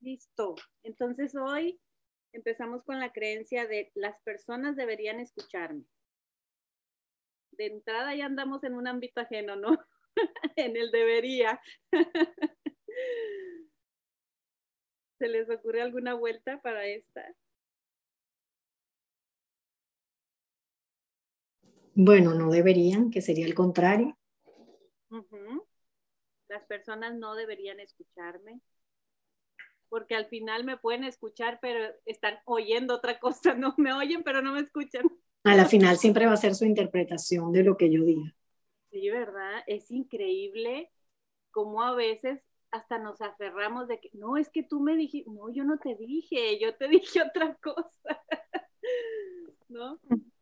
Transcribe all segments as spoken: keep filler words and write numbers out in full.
Listo. Entonces hoy empezamos con la creencia de las personas deberían escucharme. De entrada ya andamos en un ámbito ajeno, ¿no? En el debería. ¿Se les ocurre alguna vuelta para esta? Bueno, no deberían, que sería el contrario. Uh-huh. Las personas no deberían escucharme. Porque al final me pueden escuchar, pero están oyendo otra cosa, ¿no? Me oyen, pero no me escuchan. A la final siempre va a ser su interpretación de lo que yo diga. Sí, ¿verdad? Es increíble cómo a veces hasta nos aferramos de que, no, es que tú me dijiste, no, yo no te dije, yo te dije otra cosa, ¿no?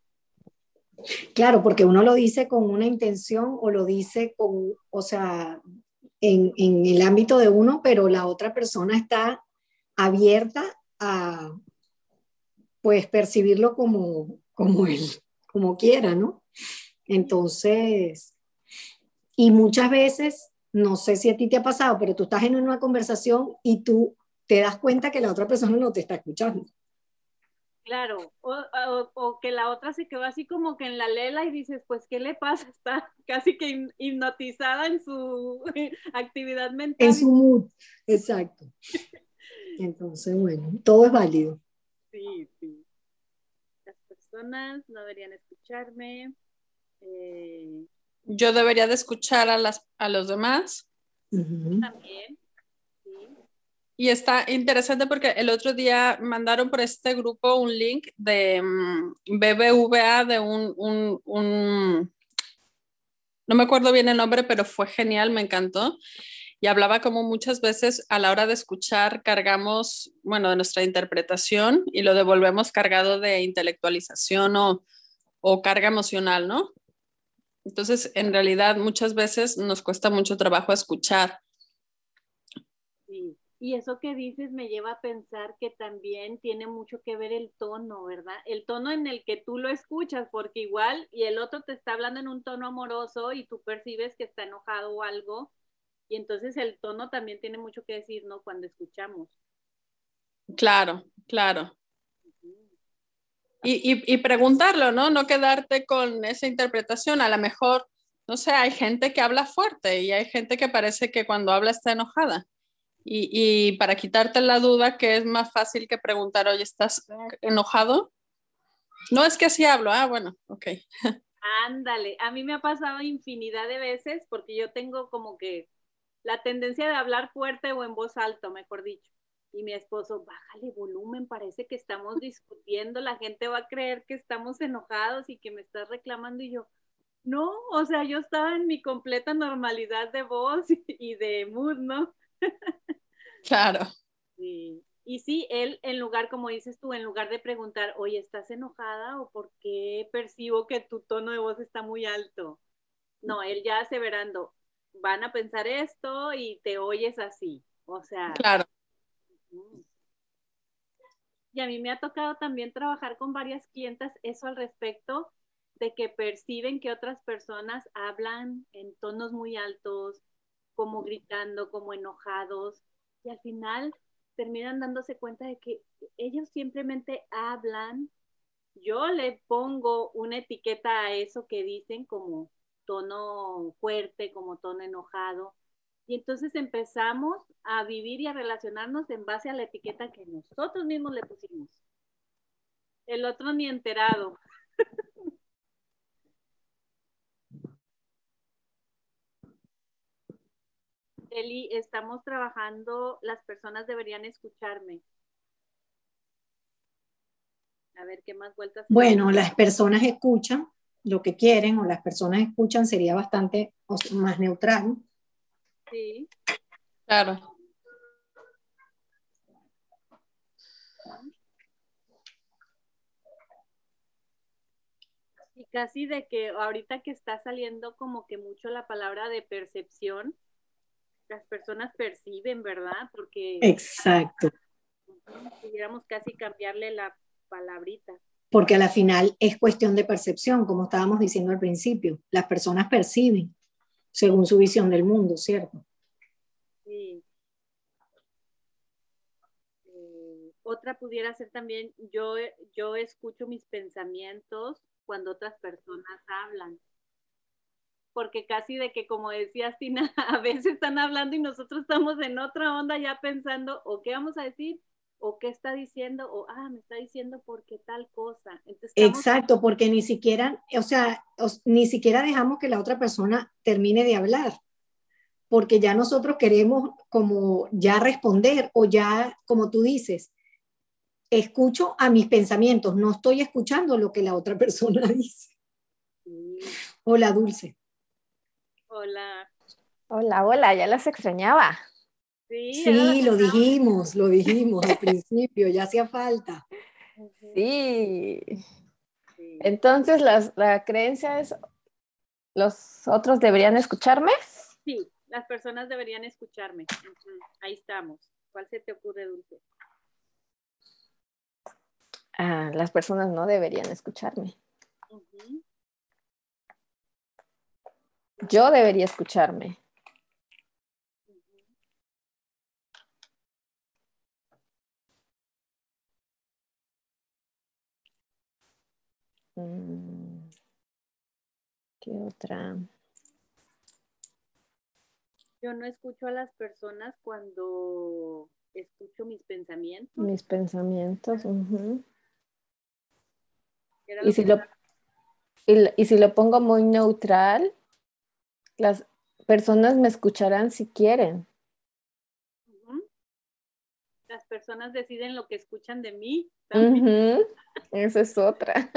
Claro, porque uno lo dice con una intención o lo dice con, o sea, en, en el ámbito de uno, pero la otra persona está abierta a, pues, percibirlo como, como él, como quiera, ¿no? Entonces, y muchas veces, no sé si a ti te ha pasado, pero tú estás en una conversación y tú te das cuenta que la otra persona no te está escuchando. Claro, o, o, o que la otra se quedó así como que en la lela y dices, pues, ¿qué le pasa? Está casi que hipnotizada en su actividad En mental. su mood, exacto. Entonces, bueno, todo es válido. Sí, sí. Las personas no deberían escucharme. Eh, Yo debería de escuchar a, las, a los demás. Uh-huh. también, sí. Y está interesante porque el otro día mandaron por este grupo un link de um, B B V A de un, un, un, no me acuerdo bien el nombre, pero fue genial, me encantó. Y hablaba como muchas veces a la hora de escuchar cargamos, bueno, de nuestra interpretación y lo devolvemos cargado de intelectualización o, o carga emocional, ¿no? Entonces, en realidad, muchas veces nos cuesta mucho trabajo escuchar. Sí. Y eso que dices me lleva a pensar que también tiene mucho que ver el tono, ¿verdad? El tono en el que tú lo escuchas, porque igual y el otro te está hablando en un tono amoroso y tú percibes que está enojado o algo, y entonces el tono también tiene mucho que decir, ¿no? Cuando escuchamos. Claro, claro. Y, y, y preguntarlo, ¿no? No quedarte con esa interpretación. A lo mejor, no sé, hay gente que habla fuerte y hay gente que parece que cuando habla está enojada. Y, y para quitarte la duda, que es más fácil que preguntar, oye, ¿estás enojado? No es que así hablo. Ah, bueno, ok. Ándale, a mí me ha pasado infinidad de veces porque yo tengo como que la tendencia de hablar fuerte o en voz alta, mejor dicho. Y mi esposo, bájale volumen, parece que estamos discutiendo, la gente va a creer que estamos enojados y que me estás reclamando. Y yo, no, o sea, yo estaba en mi completa normalidad de voz y, y de mood, ¿no? Claro. Sí. Y sí, él en lugar, como dices tú, en lugar de preguntar, oye, ¿estás enojada o por qué percibo que tu tono de voz está muy alto? No, él ya aseverando, van a pensar esto y te oyes así. O sea, Claro. mm. Y a mí me ha tocado también trabajar con varias clientas eso al respecto de que perciben que otras personas hablan en tonos muy altos, como gritando, como enojados, y al final terminan dándose cuenta de que ellos simplemente hablan. Yo le pongo una etiqueta a eso que dicen como tono fuerte, como tono enojado. Y entonces empezamos a vivir y a relacionarnos en base a la etiqueta que nosotros mismos le pusimos. El otro ni enterado. Eli, estamos trabajando, las personas deberían escucharme. A ver qué más vueltas. Bueno, las personas escuchan lo que quieren o las personas escuchan sería bastante o sea, más neutral. Sí. Claro. Y casi de que ahorita que está saliendo como que mucho la palabra de percepción, las personas perciben, ¿verdad? Porque Exacto. uh, pudiéramos casi cambiarle la palabrita. Porque a la final es cuestión de percepción, como estábamos diciendo al principio. Las personas perciben según su visión del mundo, ¿cierto? Sí. otra pudiera ser también, yo, yo escucho mis pensamientos cuando otras personas hablan. Porque casi de que, como decías, Tina, a veces están hablando y nosotros estamos en otra onda ya pensando, o qué vamos a decir, o qué está diciendo, o, ah, me está diciendo porque tal cosa. Entonces, estamos... Exacto, porque ni siquiera, o sea, os- ni siquiera dejamos que la otra persona termine de hablar, porque ya nosotros queremos como ya responder o ya, como tú dices, escucho a mis pensamientos, no estoy escuchando lo que la otra persona dice. Sí. Hola, Dulce. Hola. Hola, hola, ya las extrañaba. Sí, Sí, lo dijimos, lo dijimos al principio, ya hacía falta. Uh-huh. Sí. Sí. Entonces, las, la creencia es, ¿los otros deberían escucharme? Sí, las personas deberían escucharme. Uh-huh. Ahí estamos. ¿Cuál se te ocurre, Dulce? Ah, las personas no deberían escucharme. Uh-huh. Yo debería escucharme. Mm, ¿qué otra? Yo no escucho a las personas cuando escucho mis pensamientos. Mis pensamientos. Uh-huh. Y, si lo, y, y si lo pongo muy neutral, las personas me escucharán si quieren. Uh-huh. Las personas deciden lo que escuchan de mí. Uh-huh. Esa es otra.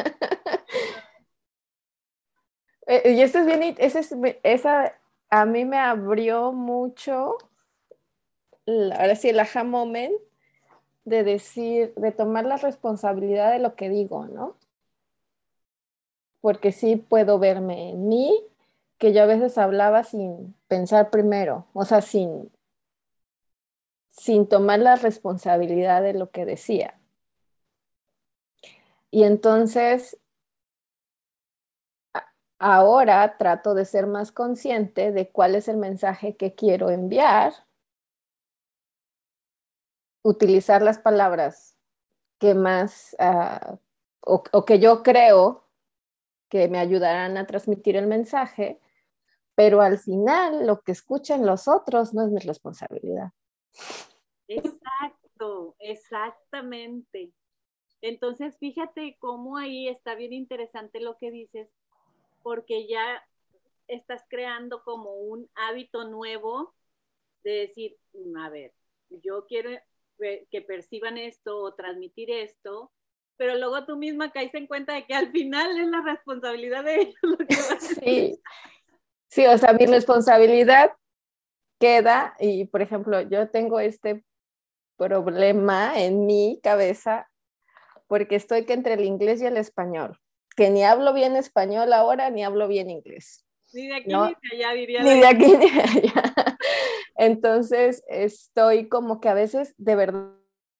Y esto es bien, esa, es, esa a mí me abrió mucho, ahora sí, el aha moment, de decir, de tomar la responsabilidad de lo que digo, ¿no? Porque sí puedo verme en mí, que yo a veces hablaba sin pensar primero, o sea, sin, sin tomar la responsabilidad de lo que decía. Y entonces, ahora trato de ser más consciente de cuál es el mensaje que quiero enviar, utilizar las palabras que más, uh, o, o que yo creo que me ayudarán a transmitir el mensaje, pero al final lo que escuchen los otros no es mi responsabilidad. Exacto, exactamente. Entonces, fíjate cómo ahí está bien interesante lo que dices, porque ya estás creando como un hábito nuevo de decir, a ver, yo quiero que perciban esto o transmitir esto, pero luego tú misma caes en cuenta de que al final es la responsabilidad de ellos lo que vas a sí. sí, o sea, mi responsabilidad queda, y por ejemplo, yo tengo este problema en mi cabeza porque estoy que entre el inglés y el español, que ni hablo bien español ahora, ni hablo bien inglés. Ni de aquí ¿no? ni de allá, diría Ni la... de aquí ni de allá. Entonces, estoy como que a veces, de verdad,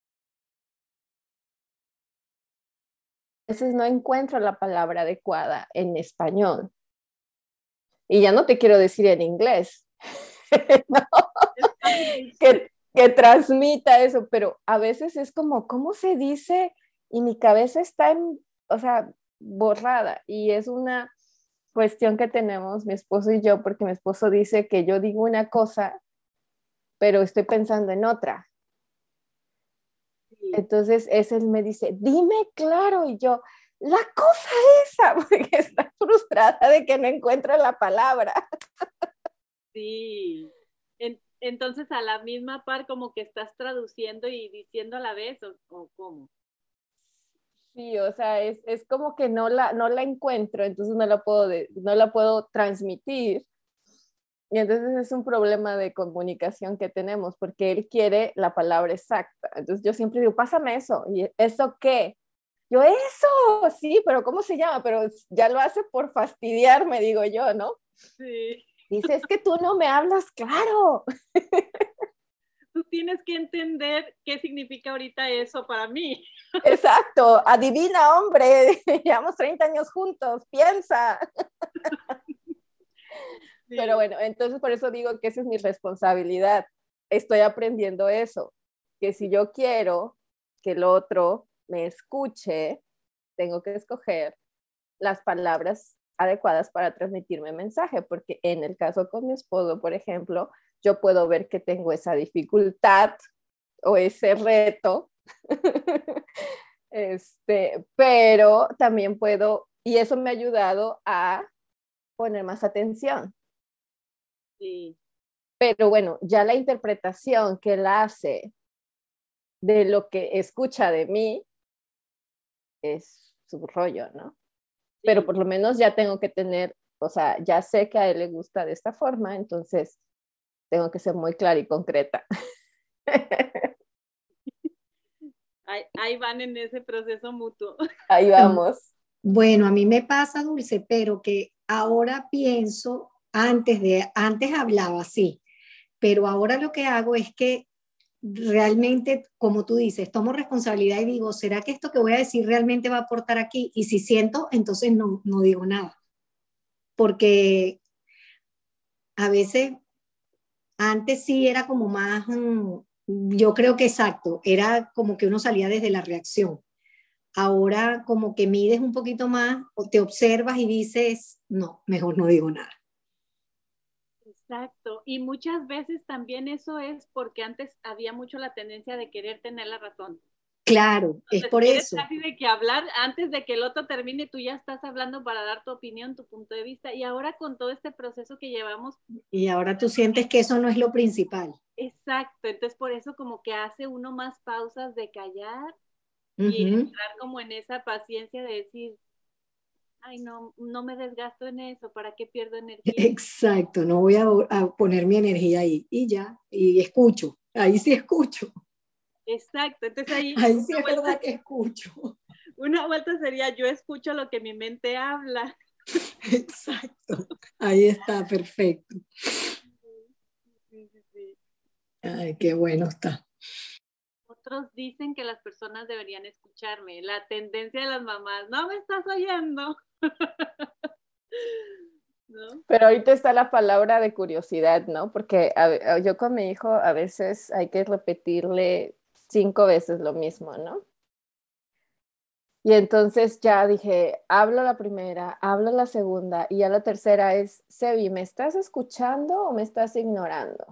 a veces no encuentro la palabra adecuada en español. Y ya no te quiero decir en inglés, ¿no? que, que transmita eso, pero a veces es como, ¿cómo se dice? Y mi cabeza está, en, o sea, borrada. Y es una cuestión que tenemos mi esposo y yo, porque mi esposo dice que yo digo una cosa, pero estoy pensando en otra. Sí. Entonces, ese me dice, dime claro, y yo, la cosa esa, porque está frustrada de que no encuentra la palabra. Sí, en, entonces a la misma par como que estás traduciendo y diciendo a la vez, ¿o, o cómo? Sí, o sea, es, es como que no la, no la encuentro, entonces no la, puedo de, no la puedo transmitir. Y entonces es un problema de comunicación que tenemos, porque él quiere la palabra exacta. Entonces yo siempre digo, pásame eso. ¿Y eso qué? Yo, eso, sí, pero ¿cómo se llama? Pero ya lo hace por fastidiarme, digo yo, ¿no? Sí. Dice, es que tú no me hablas claro. Tú tienes que entender qué significa ahorita eso para mí. Exacto, adivina, hombre, llevamos treinta años juntos, piensa. Sí. Pero bueno, entonces por eso digo que esa es mi responsabilidad. Estoy aprendiendo eso, que si yo quiero que el otro me escuche, tengo que escoger las palabras adecuadas para transmitirme mensaje, porque en el caso con mi esposo, por ejemplo, yo puedo ver que tengo esa dificultad o ese reto, este, pero también puedo, y eso me ha ayudado a poner más atención. Sí. Pero bueno, ya la interpretación que él hace de lo que escucha de mí es su rollo, ¿no? Sí. Pero por lo menos ya tengo que tener, o sea, ya sé que a él le gusta de esta forma, entonces tengo que ser muy clara y concreta. Ahí, ahí van en ese proceso mutuo. Ahí vamos. Bueno, a mí me pasa, Dulce, pero que ahora pienso, antes de, antes hablaba así, pero ahora lo que hago es que realmente, como tú dices, tomo responsabilidad y digo, ¿será que esto que voy a decir realmente va a aportar aquí? Y si siento, entonces no, no digo nada. Porque a veces, antes sí era como más, um, yo creo que exacto, era como que uno salía desde la reacción. Ahora como que mides un poquito más o te observas y dices, no, mejor no digo nada. Exacto, y muchas veces también eso es porque antes había mucho la tendencia de querer tener la razón. Claro, Entonces, es por eso. Casi de que hablar antes de que el otro termine, tú ya estás hablando para dar tu opinión, tu punto de vista, y ahora con todo este proceso que llevamos. Y ahora tú sientes que eso no es lo principal. Exacto, entonces por eso como que hace uno más pausas de callar uh-huh. y entrar como en esa paciencia de decir, ay, no, no me desgasto en eso, ¿para qué pierdo energía? Exacto, no voy a, a poner mi energía ahí y ya, y escucho, ahí sí escucho. Exacto, entonces ahí... Ahí sí es vuelta, verdad que escucho. Una vuelta sería, yo escucho lo que mi mente habla. Exacto, ahí está, perfecto. Sí, sí, sí. Ay, qué bueno está. Otros dicen que las personas deberían escucharme. La tendencia de las mamás, no me estás oyendo. ¿No? Pero ahorita está la palabra de curiosidad, ¿no? Porque a, yo con mi hijo a veces hay que repetirle cinco veces lo mismo, ¿no? Y entonces ya dije, hablo la primera, hablo la segunda, y ya la tercera es, Sebi, ¿me estás escuchando o me estás ignorando?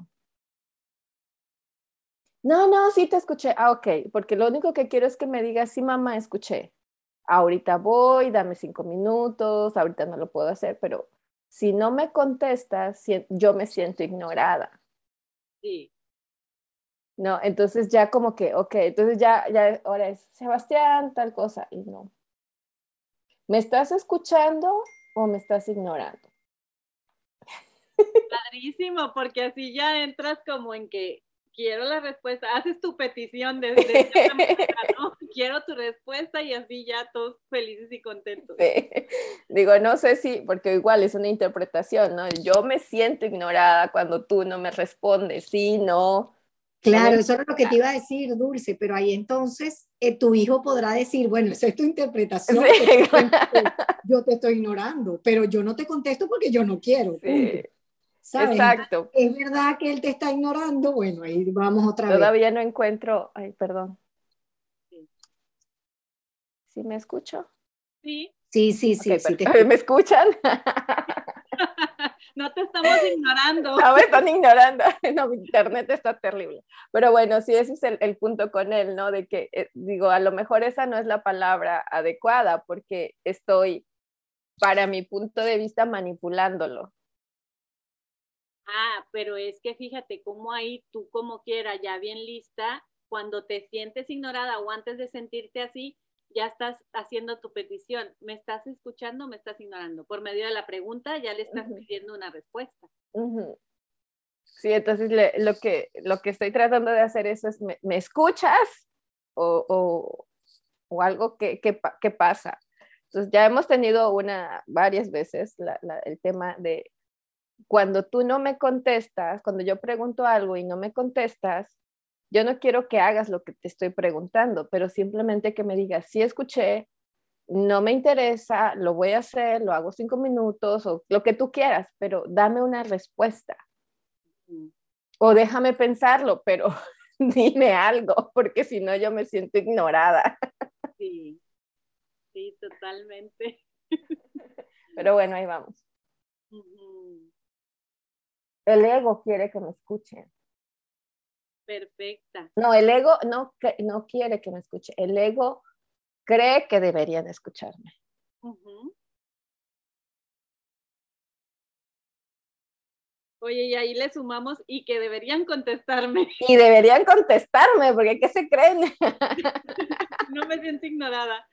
No, no, sí te escuché. Ah, ok, porque lo único que quiero es que me digas, sí, mamá, escuché. Ahorita voy, dame cinco minutos, ahorita no lo puedo hacer, pero si no me contestas, yo me siento ignorada. Sí. No, entonces ya como que, ok, entonces ya, ya ahora es, Sebastián, tal cosa, y no. ¿Me estás escuchando o me estás ignorando? Padrísimo, porque así ya entras como en que quiero la respuesta, haces tu petición de, de esta manera, ¿no? Quiero tu respuesta y así ya todos felices y contentos. Sí. Digo, no sé si, porque igual es una interpretación, ¿no? Yo me siento ignorada cuando tú no me respondes, sí, no. Claro, no eso es lo que te iba a decir, Dulce, pero ahí entonces eh, tu hijo podrá decir, bueno, esa es tu interpretación, sí, que claro. Yo te estoy ignorando, pero yo no te contesto porque yo no quiero, sí. punto. ¿Sabes? Exacto. Es verdad que él te está ignorando, bueno, ahí vamos otra Todavía vez. Todavía no encuentro, ay, perdón. Sí, ¿Sí me escucho? sí. Sí, sí, sí. Okay, sí te ¿Me escuchan? No te estamos ignorando. No, me están ignorando. No, mi internet está terrible. Pero bueno, sí, ese es el, el punto con él, ¿no? De que, eh, digo, a lo mejor esa no es la palabra adecuada porque estoy, para mi punto de vista, manipulándolo. Ah, pero es que fíjate cómo ahí tú como quiera, ya bien lista, cuando te sientes ignorada o antes de sentirte así, ya estás haciendo tu petición. ¿Me estás escuchando o me estás ignorando? Por medio de la pregunta ya le estás uh-huh. pidiendo una respuesta. Uh-huh. Sí, entonces le, lo, que, lo que estoy tratando de hacer eso es, ¿me, me escuchas? O, o, o algo que, que, que pasa. Entonces ya hemos tenido una, varias veces la, la, el tema de cuando tú no me contestas, cuando yo pregunto algo y no me contestas, yo no quiero que hagas lo que te estoy preguntando, pero simplemente que me digas, sí escuché, no me interesa, lo voy a hacer, lo hago cinco minutos o lo que tú quieras, pero dame una respuesta. O déjame pensarlo, pero dime algo, porque si no yo me siento ignorada. Sí, sí, totalmente. Pero bueno, ahí vamos. Ujú. El ego quiere que me escuchen. Perfecta. No, el ego no, no quiere que me escuche. El ego cree que deberían escucharme. Ujú. Oye, y ahí le sumamos y que deberían contestarme. Y deberían contestarme, porque ¿qué se creen? No me siento ignorada.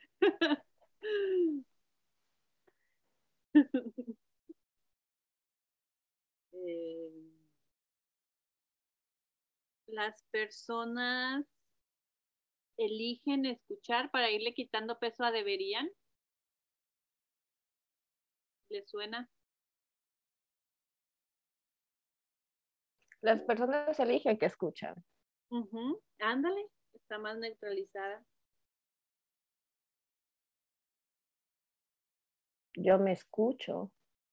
Eh, las personas eligen escuchar para irle quitando peso a deberían. ¿Les suena? Las personas eligen que escuchan. Uh-huh. Ándale, está más neutralizada. Yo me escucho.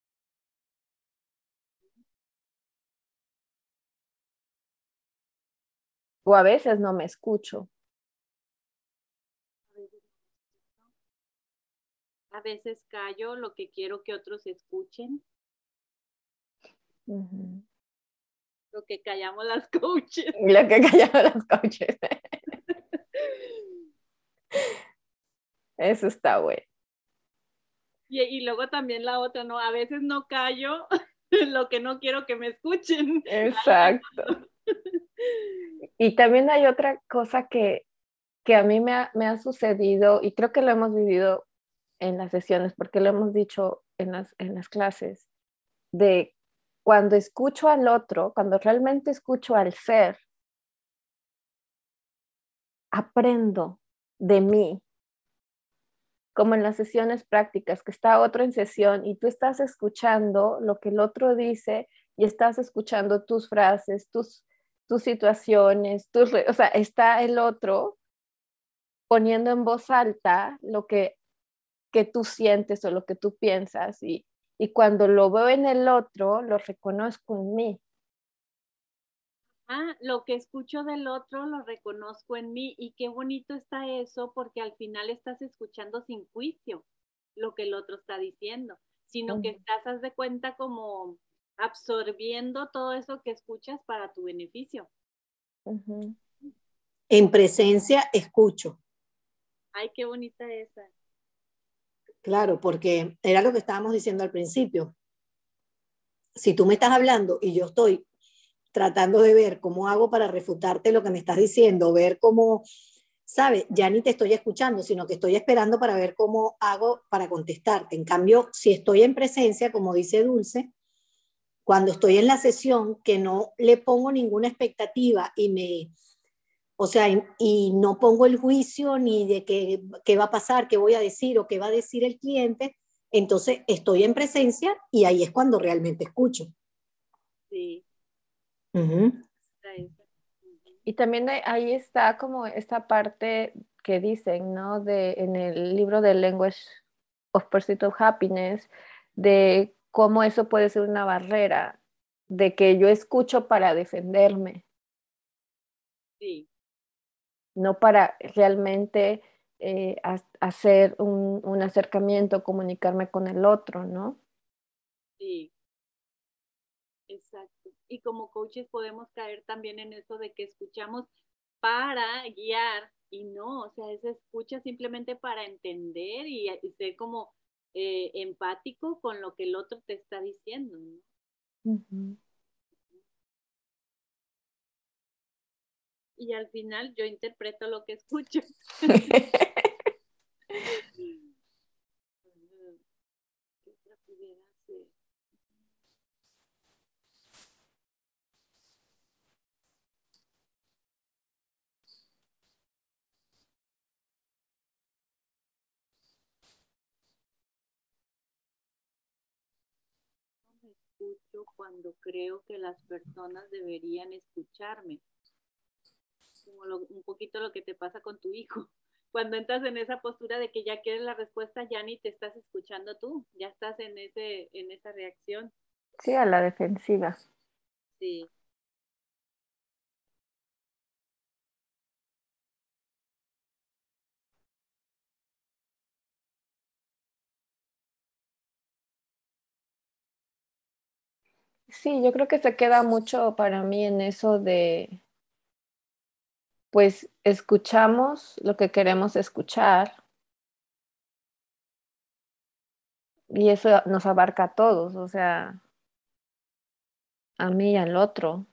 O a veces no me escucho. A veces callo lo que quiero que otros escuchen. Uh-huh. Lo que callamos las coaches. Y lo que callaban las coaches. Eso está bueno. Y, y luego también la otra, ¿no? A veces no callo lo que no quiero que me escuchen. Exacto. Y también hay otra cosa que, que a mí me ha, me ha sucedido, y creo que lo hemos vivido en las sesiones, porque lo hemos dicho en las, en las clases, de cuando escucho al otro, cuando realmente escucho al ser, aprendo de mí, como en las sesiones prácticas, que está otro en sesión y tú estás escuchando lo que el otro dice y estás escuchando tus frases, tus, tus situaciones, tus, o sea, está el otro poniendo en voz alta lo que, que tú sientes o lo que tú piensas y, y cuando lo veo en el otro, lo reconozco en mí. Ah, lo que escucho del otro lo reconozco en mí y qué bonito está eso porque al final estás escuchando sin juicio lo que el otro está diciendo, sino que Uh-huh. estás, haz de cuenta, como absorbiendo todo eso que escuchas para tu beneficio. Uh-huh. En presencia escucho. Ay, qué bonita esa. Claro, porque era lo que estábamos diciendo al principio. Si tú me estás hablando y yo estoy tratando de ver cómo hago para refutarte lo que me estás diciendo, ver cómo, ¿sabes? Ya ni te estoy escuchando, sino que estoy esperando para ver cómo hago para contestarte. En cambio, si estoy en presencia, como dice Dulce, cuando estoy en la sesión, que no le pongo ninguna expectativa y me, o sea, y, y no pongo el juicio ni de qué, qué va a pasar, qué voy a decir o qué va a decir el cliente, entonces estoy en presencia y ahí es cuando realmente escucho. Sí. Uh-huh. Y también ahí está como esta parte que dicen, ¿no? De, en el libro de Language of Pursuit of Happiness, de cómo eso puede ser una barrera, de que yo escucho para defenderme. Sí. No para realmente eh, ha, hacer un, un acercamiento, comunicarme con el otro, ¿no? Sí. Exacto. Y como coaches podemos caer también en eso de que escuchamos para guiar y no, o sea, es escucha simplemente para entender y, y ser como eh, empático con lo que el otro te está diciendo, ¿no? Uh-huh. Y al final yo interpreto lo que escucho. ¿Qué otra pudiera ser? Escucho cuando creo que las personas deberían escucharme. Como lo, un poquito lo que te pasa con tu hijo. Cuando entras en esa postura de que ya quieres la respuesta, ya ni te estás escuchando tú, ya estás en, ese, en esa reacción. Sí, a la defensiva. Sí. Sí, yo creo que se queda mucho para mí en eso de, pues escuchamos lo que queremos escuchar y eso nos abarca a todos, o sea, a mí y al otro,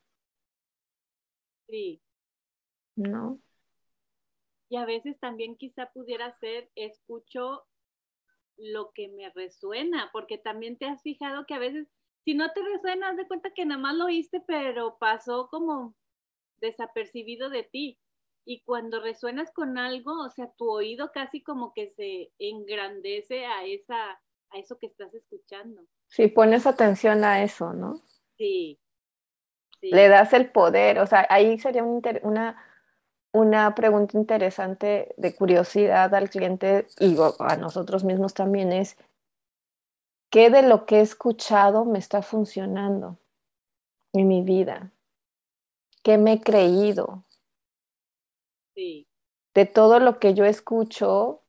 Sí. ¿no? Y a veces también quizá pudiera ser, escucho lo que me resuena, porque también te has fijado que a veces, si no te resuena, haz de cuenta que nada más lo oíste, pero pasó como desapercibido de ti. Y cuando resuenas con algo, o sea, tu oído casi como que se engrandece a esa, a eso que estás escuchando. Si pones atención a eso, ¿no? Sí, Le sí, das el poder, o sea, ahí sería un inter- una, una pregunta interesante de curiosidad al cliente y a nosotros mismos también es, ¿qué de lo que he escuchado me está funcionando en mi vida? ¿Qué me he creído? sí, De todo lo que yo escucho,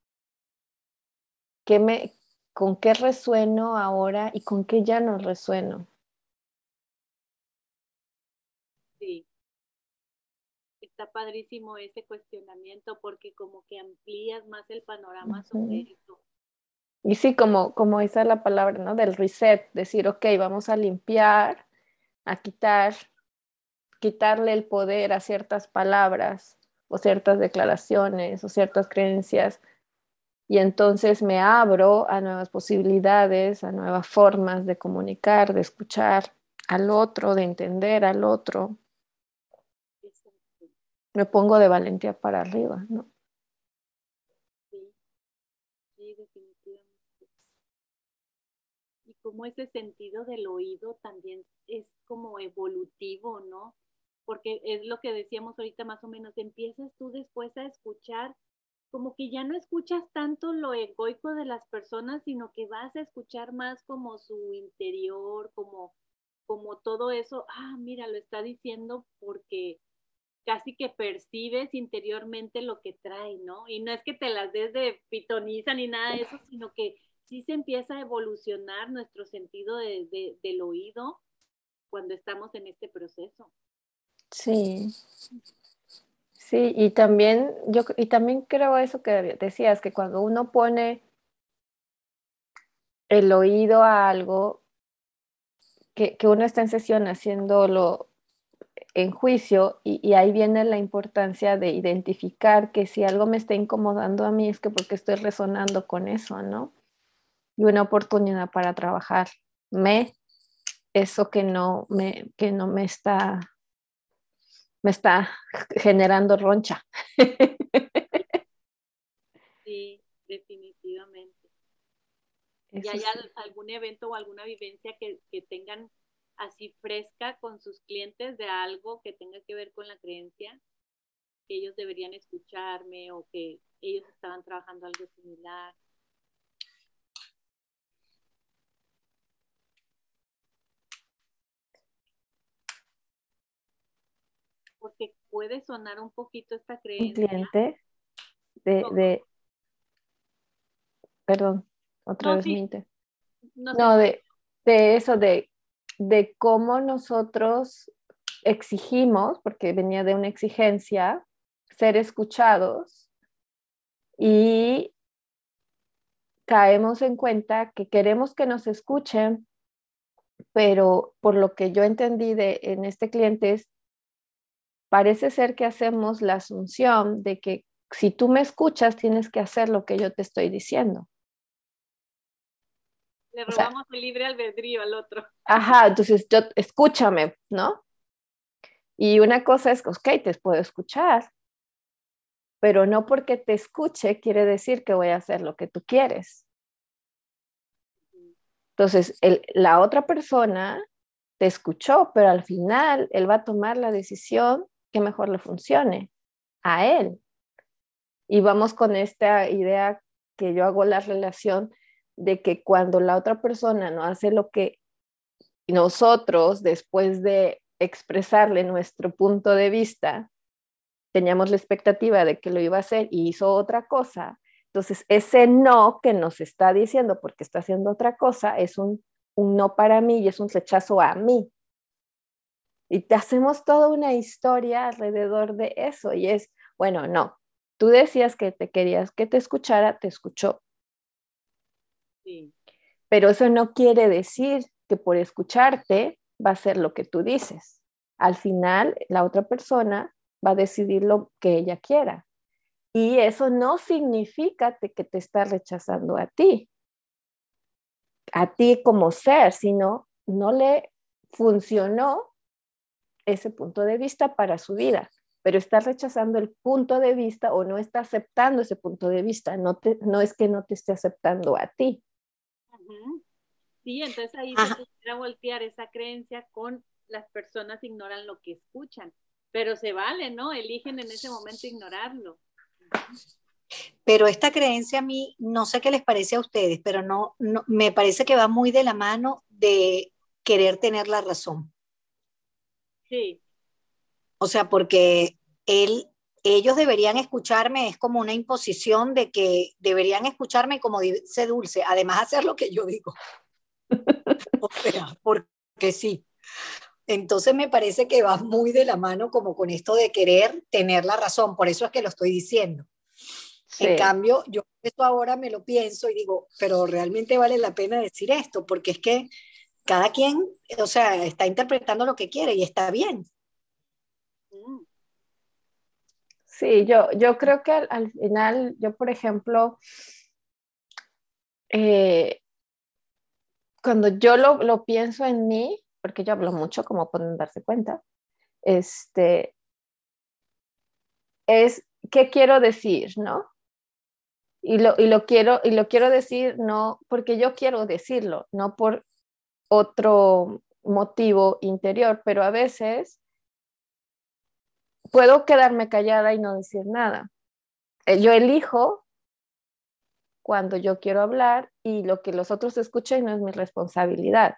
¿qué me, con qué resueno ahora y con qué ya no resueno? sí. Está padrísimo ese cuestionamiento porque como que amplías más el panorama sobre Ujú. eso. Y sí, como, como dice la palabra, ¿no? Del reset, decir, ok, vamos a limpiar, a quitar, quitarle el poder a ciertas palabras o ciertas declaraciones o ciertas creencias y entonces me abro a nuevas posibilidades, a nuevas formas de comunicar, de escuchar al otro, de entender al otro. Exacto. Me pongo de valentía para arriba, ¿no? Sí, sí, definitivamente. Y como ese sentido del oído también es como evolutivo, ¿no? Porque es lo que decíamos ahorita más o menos, empiezas tú después a escuchar, como que ya no escuchas tanto lo egoico de las personas, sino que vas a escuchar más como su interior, como, como todo eso, ah, mira, lo está diciendo porque casi que percibes interiormente lo que trae, ¿no? Y no es que te las des de pitoniza ni nada de eso, sino que sí se empieza a evolucionar nuestro sentido de, de, del oído cuando estamos en este proceso. Sí, sí, y también yo y también creo eso que decías, que cuando uno pone el oído a algo, que, que uno está en sesión haciéndolo en juicio y, y ahí viene la importancia de identificar que si algo me está incomodando a mí es que porque estoy resonando con eso, ¿no? Y una oportunidad para trabajar me eso que no me, que no me está, me está generando roncha. Sí, definitivamente. ¿Y Eso hay sí. al- algún evento o alguna vivencia que, que tengan así fresca con sus clientes de algo que tenga que ver con la creencia? Que ellos deberían escucharme o que ellos estaban trabajando algo similar. Porque puede sonar un poquito esta Un creencia. cliente de, ¿Cómo? de perdón, otra No, vez sí, minte. no sé, No, no. de, de eso, de, de cómo nosotros exigimos, porque venía de una exigencia, ser escuchados y caemos en cuenta que queremos que nos escuchen, pero por lo que yo entendí de, en este cliente es, parece ser que hacemos la asunción de que si tú me escuchas, tienes que hacer lo que yo te estoy diciendo. Le O sea, robamos el libre albedrío al otro. ajá, entonces yo, escúchame, ¿no? Y una cosa es, ok, te puedo escuchar, pero no porque te escuche quiere decir que voy a hacer lo que tú quieres. Entonces, el, la otra persona te escuchó, pero al final él va a tomar la decisión que mejor le funcione a él. Y vamos con esta idea que yo hago la relación de que cuando la otra persona no hace lo que nosotros, después de expresarle nuestro punto de vista, teníamos la expectativa de que lo iba a hacer y hizo otra cosa, entonces ese no que nos está diciendo porque está haciendo otra cosa es un un no para mí y es un rechazo a mí. Y te hacemos toda una historia alrededor de eso y es, bueno, no, tú decías que te querías que te escuchara, te escuchó. Sí. Pero eso no quiere decir que por escucharte va a ser lo que tú dices. Al final, la otra persona va a decidir lo que ella quiera. Y eso no significa que te está rechazando a ti, a ti como ser, sino no le funcionó ese punto de vista para su vida, pero está rechazando el punto de vista o no está aceptando ese punto de vista, no, te, no es que no te esté aceptando a ti. Uh-huh. Sí, entonces ahí Ajá. se pudiera voltear esa creencia con las personas ignoran lo que escuchan, pero se vale, ¿no? Eligen en ese momento ignorarlo. Pero esta creencia a mí, no sé qué les parece a ustedes, pero no, no me parece que va muy de la mano de querer tener la razón. Sí. O sea, porque él, ellos deberían escucharme, es como una imposición de que deberían escucharme como dice Dulce, además hacer lo que yo digo. O sea, porque sí. Entonces me parece que va muy de la mano como con esto de querer tener la razón, por eso es que lo estoy diciendo. En Sí, cambio, yo esto ahora me lo pienso y digo, pero realmente vale la pena decir esto, porque es que cada quien, o sea, está interpretando lo que quiere y está bien. Mm. sí, yo, yo creo que al, al final, yo por ejemplo, eh, cuando yo lo, lo pienso en mí, porque yo hablo mucho, como pueden darse cuenta, este, es qué quiero decir, ¿no? Y lo, y lo quiero, y lo quiero decir no porque yo quiero decirlo, no por otro motivo interior, pero a veces puedo quedarme callada y no decir nada. Eh, Yo elijo cuando yo quiero hablar y lo que los otros escuchen no es mi responsabilidad.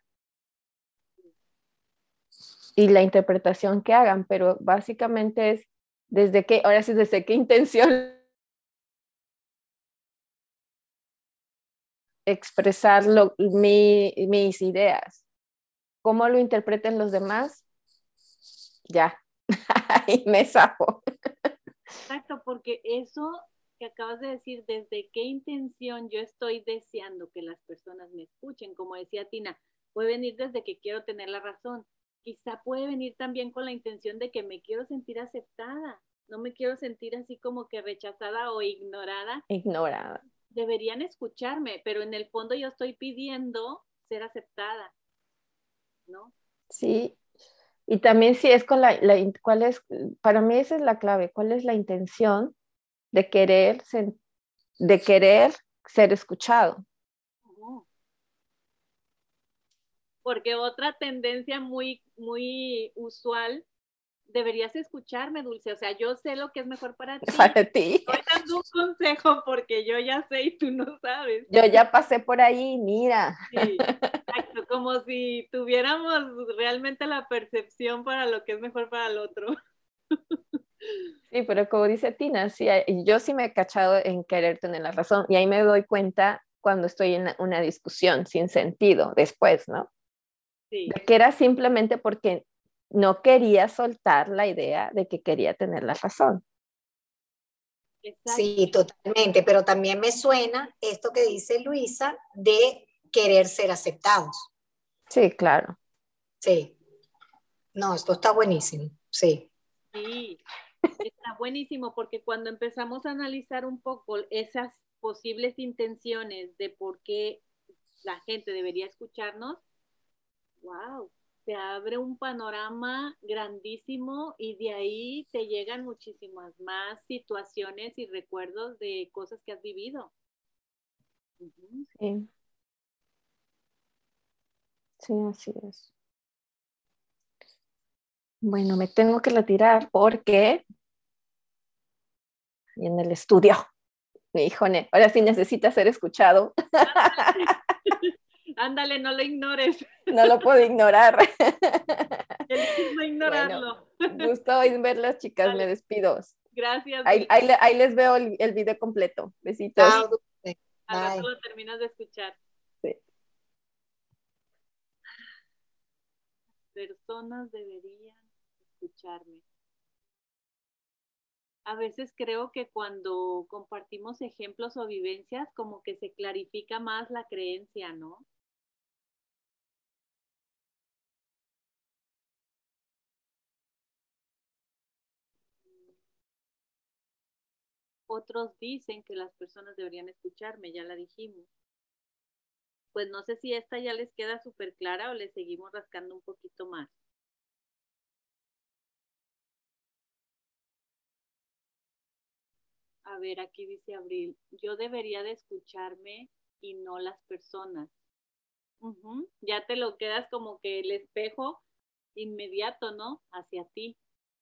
Y la interpretación que hagan, pero básicamente es desde qué, ahora sí, desde qué intención expresar lo, mi, mis ideas. ¿Cómo lo interpreten los demás? Ya, ahí me saco. Exacto, porque eso que acabas de decir, desde qué intención yo estoy deseando que las personas me escuchen, como decía Tina, puede venir desde que quiero tener la razón, quizá puede venir también con la intención de que me quiero sentir aceptada, no me quiero sentir así como que rechazada o ignorada. Ignorada. Deberían escucharme, pero en el fondo yo estoy pidiendo ser aceptada, ¿no? Sí, y también si es con la, la, cuál es, para mí esa es la clave, cuál es la intención de querer, de querer ser escuchado. Uh-huh. Porque otra tendencia muy, muy usual, deberías escucharme, Dulce, o sea, yo sé lo que es mejor para ti. Para ti. Estoy dando un consejo porque yo ya sé y tú no sabes. Yo ya pasé por ahí, mira. Sí, exacto, como si tuviéramos realmente la percepción para lo que es mejor para el otro. Sí, pero como dice Tina, sí, yo sí me he cachado en querer tener la razón y ahí me doy cuenta cuando estoy en una discusión sin sentido después, ¿no? Sí, De que era simplemente porque no quería soltar la idea de que quería tener la razón. exacto. Sí, totalmente, pero también me suena esto que dice Luisa de querer ser aceptados. Sí, claro. Sí, no, esto está buenísimo, sí. Sí, está buenísimo porque cuando empezamos a analizar un poco esas posibles intenciones de por qué la gente debería escucharnos, wow, te abre un panorama grandísimo y de ahí te llegan muchísimas más situaciones y recuerdos de cosas que has vivido. Uh-huh. Sí, sí, así es. Bueno, me tengo que retirar porque en el estudio, mi hijo, ahora sí necesita ser escuchado. Ándale, no lo ignores. No lo puedo ignorar. Eliges no Bueno, ignorarlo. gusto en verlas, chicas. Dale. Me despido. Gracias, Ahí, Dulce. ahí, ahí les veo el, el video completo. Besitos. Sí, Chao, Dulce. al rato Bye. lo terminas de escuchar. Sí. personas deberían escucharme. A veces creo que cuando compartimos ejemplos o vivencias, como que se clarifica más la creencia, ¿no? Otros dicen que las personas deberían escucharme, ya la dijimos. Pues no sé si esta ya les queda súper clara o le seguimos rascando un poquito más. A ver, aquí dice Abril, yo debería de escucharme y no las personas. Uh-huh. Ya te lo quedas como que el espejo inmediato, ¿no? Hacia ti.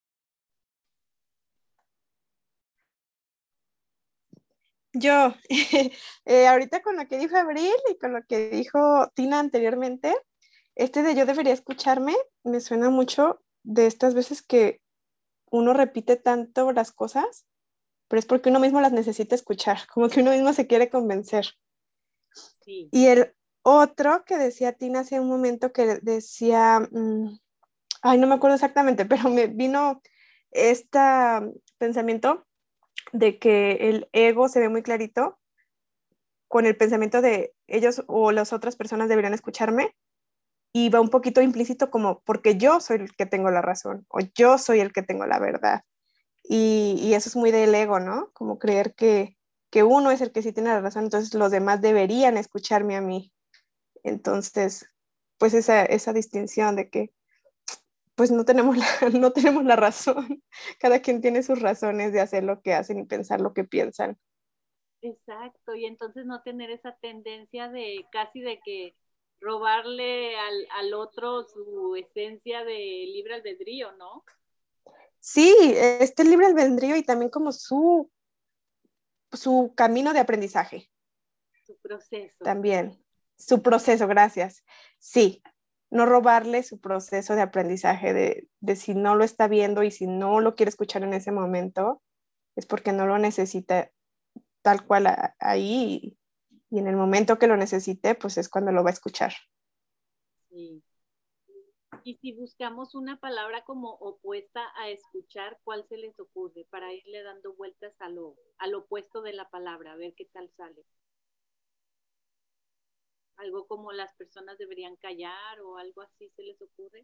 Yo, eh, ahorita con lo que dijo Abril y con lo que dijo Tina anteriormente, este de yo debería escucharme me suena mucho de estas veces que uno repite tanto las cosas, pero es porque uno mismo las necesita escuchar, como que uno mismo se quiere convencer. Sí. Y el otro que decía Tina hace un momento que decía, mmm, ay, no me acuerdo exactamente, pero me vino este pensamiento de que el ego se ve muy clarito con el pensamiento de ellos o las otras personas deberían escucharme, y va un poquito implícito como porque yo soy el que tengo la razón o yo soy el que tengo la verdad. Y, y eso es muy del ego, ¿no? Como creer que, que uno es el que sí tiene la razón, entonces los demás deberían escucharme a mí. Entonces, pues esa, esa distinción de que pues no tenemos, la, no tenemos la razón. Cada quien tiene sus razones de hacer lo que hacen y pensar lo que piensan. Exacto, y entonces no tener esa tendencia de casi de que robarle al, al otro su esencia de libre albedrío, ¿no? Sí, este libre albedrío y también como su, su camino de aprendizaje. Su proceso. También, su proceso, gracias. Sí, no robarle su proceso de aprendizaje, de, de si no lo está viendo y si no lo quiere escuchar en ese momento, es porque no lo necesita tal cual a, ahí, y en el momento que lo necesite, pues es cuando lo va a escuchar. Sí. Y si buscamos una palabra como opuesta a escuchar, ¿cuál se les ocurre? Para irle dando vueltas a lo, al opuesto de la palabra, a ver qué tal sale. Algo como las personas deberían callar o algo así se les ocurre.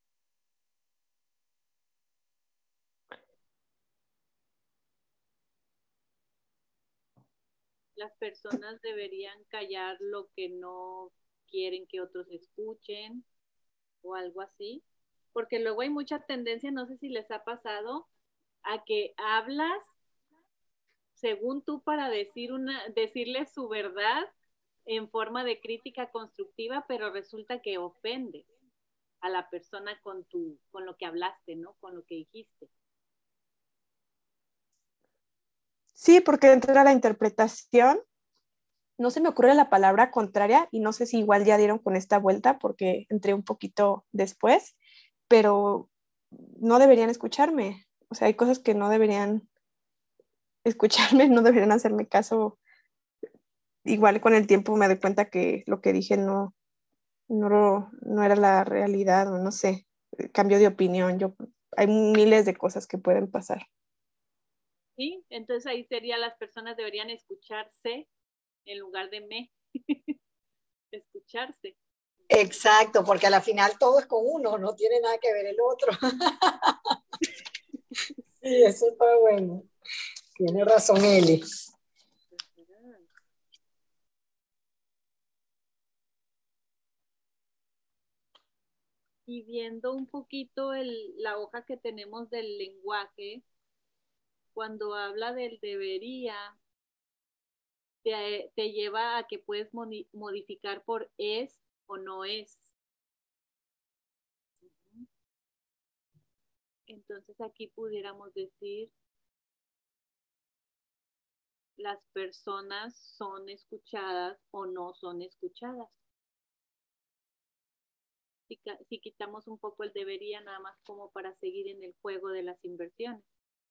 Las personas deberían callar lo que no quieren que otros escuchen o algo así, porque luego hay mucha tendencia, no sé si les ha pasado, a que hablas según tú para decir una, decirle su verdad en forma de crítica constructiva, pero resulta que ofende a la persona con tu, con lo que hablaste, ¿no? Con lo que dijiste. Sí, porque entra la interpretación. No se me ocurre la palabra contraria y no sé si igual ya dieron con esta vuelta porque entré un poquito después, pero no deberían escucharme. O sea, hay cosas que no deberían escucharme, no deberían hacerme caso. Igual con el tiempo me doy cuenta que lo que dije no, no, no era la realidad o no sé, cambio de opinión. Yo, hay miles de cosas que pueden pasar. ¿Sí? Entonces ahí sería las personas deberían escucharse en lugar de me. Escucharse. Exacto, porque a la final todo es con uno, no tiene nada que ver el otro. Sí, eso está bueno. Tiene razón Eli. Y viendo un poquito el, la hoja que tenemos del lenguaje, cuando habla del debería, te, te lleva a que puedes modificar por es o no es. Entonces aquí pudiéramos decir, las personas son escuchadas o no son escuchadas. Si, si quitamos un poco el debería, nada más como para seguir en el juego de las inversiones.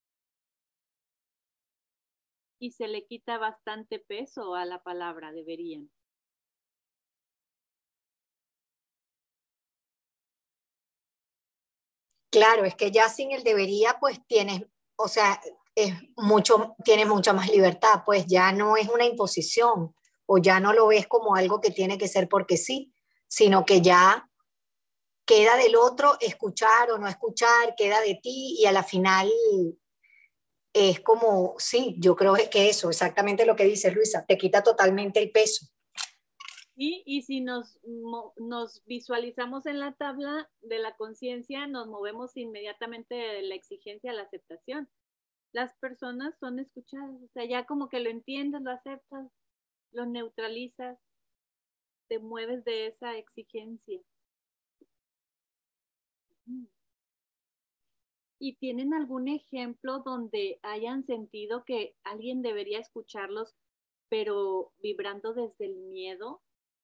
Y se le quita bastante peso a la palabra deberían. Claro, es que ya sin el debería, pues tienes, o sea, es mucho, tienes mucha más libertad, pues ya no es una imposición o ya no lo ves como algo que tiene que ser porque sí, sino que ya queda del otro escuchar o no escuchar, queda de ti y a la final es como, sí, yo creo que eso, exactamente lo que dice Luisa, te quita totalmente el peso. Y, y si nos, nos visualizamos en la tabla de la conciencia, nos movemos inmediatamente de la exigencia a la aceptación. Las personas son escuchadas, o sea, ya como que lo entiendes, lo aceptas, lo neutralizas, te mueves de esa exigencia. ¿Y tienen algún ejemplo donde hayan sentido que alguien debería escucharlos, pero vibrando desde el miedo?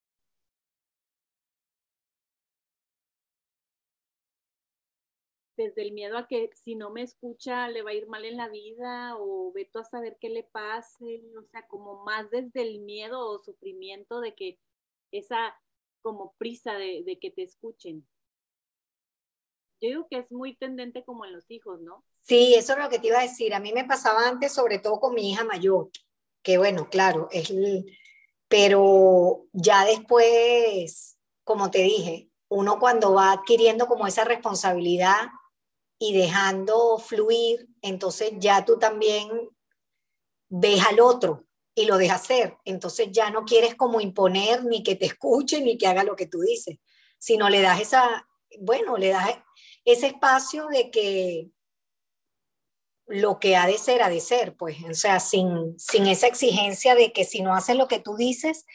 Desde el miedo a que si no me escucha le va a ir mal en la vida o ve tú a saber qué le pase, o sea, como más desde el miedo o sufrimiento de que esa como prisa de, de que te escuchen. Yo digo que es muy tendente como en los hijos, ¿no? Sí, eso es lo que te iba a decir. A mí me pasaba antes, sobre todo con mi hija mayor, que bueno, claro, es, el- pero ya después, como te dije, uno cuando va adquiriendo como esa responsabilidad y dejando fluir, entonces ya tú también ves al otro y lo dejas hacer. Entonces ya no quieres como imponer ni que te escuche ni que haga lo que tú dices, sino le das esa, bueno, le das ese espacio de que lo que ha de ser, ha de ser, pues, o sea, sin, sin esa exigencia de que si no haces lo que tú dices,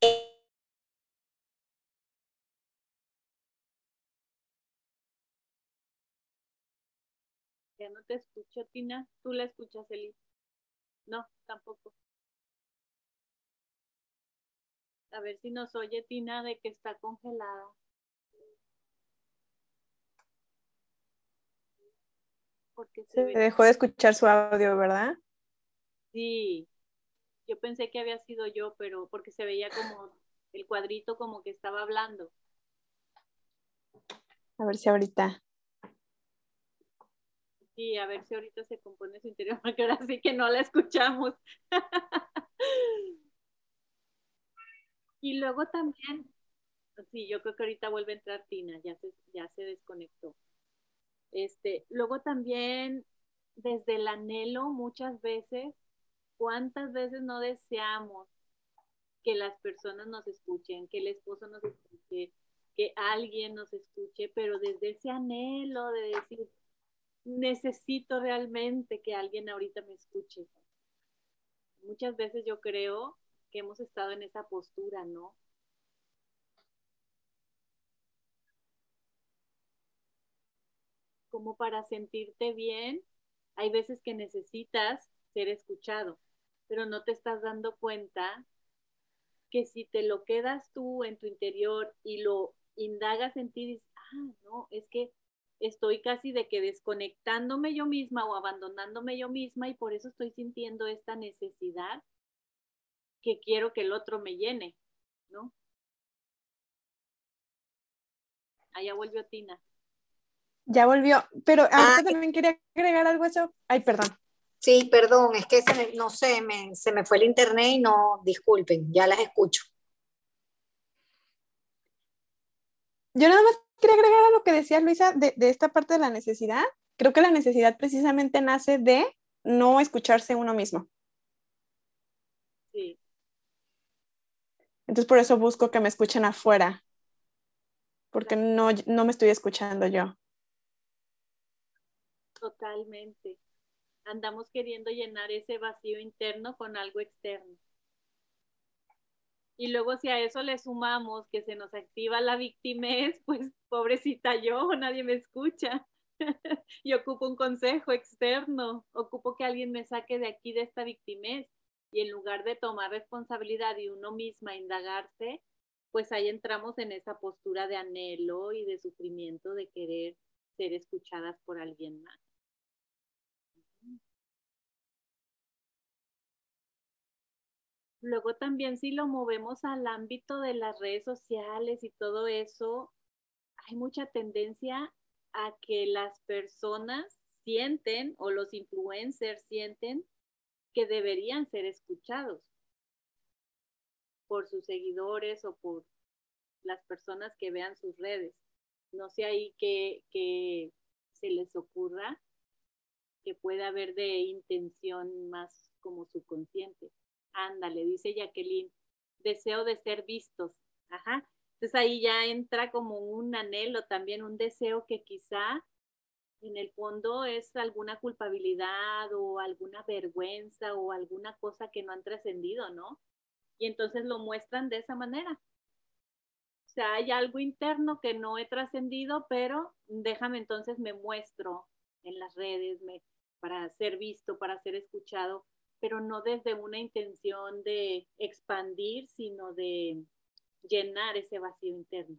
Ya no te escucho, Tina. ¿Tú la escuchas, Eli? No, tampoco. A ver si nos oye Tina de que está congelada. Porque se Se ve. dejó de escuchar su audio, ¿verdad? Sí, yo pensé que había sido yo, pero porque se veía como el cuadrito como que estaba hablando. A ver si ahorita. Sí, a ver si ahorita se compone su interior, porque ahora sí que no la escuchamos. Y luego también, sí, yo creo que ahorita vuelve a entrar Tina, ya se, ya se desconectó. Este, luego también, desde el anhelo, muchas veces, ¿cuántas veces no deseamos que las personas nos escuchen, que el esposo nos escuche, que alguien nos escuche, pero desde ese anhelo de decir, necesito realmente que alguien ahorita me escuche? Muchas veces yo creo que hemos estado en esa postura, ¿no? Como para sentirte bien, hay veces que necesitas ser escuchado, pero no te estás dando cuenta que si te lo quedas tú en tu interior y lo indagas en ti, dices, ah, no, es que estoy casi de que desconectándome yo misma o abandonándome yo misma y por eso estoy sintiendo esta necesidad que quiero que el otro me llene, ¿no? Allá volvió Tina. Ya volvió, pero ah, ahorita también quería agregar algo a eso. Ay, perdón. sí, perdón, es que se me, no sé, me, se me fue el internet y no, disculpen, ya las escucho. Yo nada más quería agregar a lo que decía Luisa de, de esta parte de la necesidad. Creo que la necesidad precisamente nace de no escucharse uno mismo. Sí, Entonces por eso busco que me escuchen afuera, porque no, no me estoy escuchando yo. totalmente. Andamos queriendo llenar ese vacío interno con algo externo. Y luego si a eso le sumamos que se nos activa la victimez, pues pobrecita yo, nadie me escucha. Y ocupo un consejo externo, ocupo que alguien me saque de aquí de esta victimez. Y en lugar de tomar responsabilidad y uno misma indagarse, pues ahí entramos en esa postura de anhelo y de sufrimiento de querer ser escuchadas por alguien más. Luego también si lo movemos al ámbito de las redes sociales y todo eso, hay mucha tendencia a que las personas sienten o los influencers sienten que deberían ser escuchados por sus seguidores o por las personas que vean sus redes. No sé ahí que, que se les ocurra que pueda haber de intención más como subconsciente. Ándale, dice Jacqueline, deseo de ser vistos. Ajá. Entonces ahí ya entra como un anhelo, también un deseo que quizá en el fondo es alguna culpabilidad o alguna vergüenza o alguna cosa que no han trascendido, ¿no? Y entonces lo muestran de esa manera. O sea, hay algo interno que no he trascendido, pero déjame entonces me muestro en las redes me, para ser visto, para ser escuchado, pero no desde una intención de expandir, sino de llenar ese vacío interno.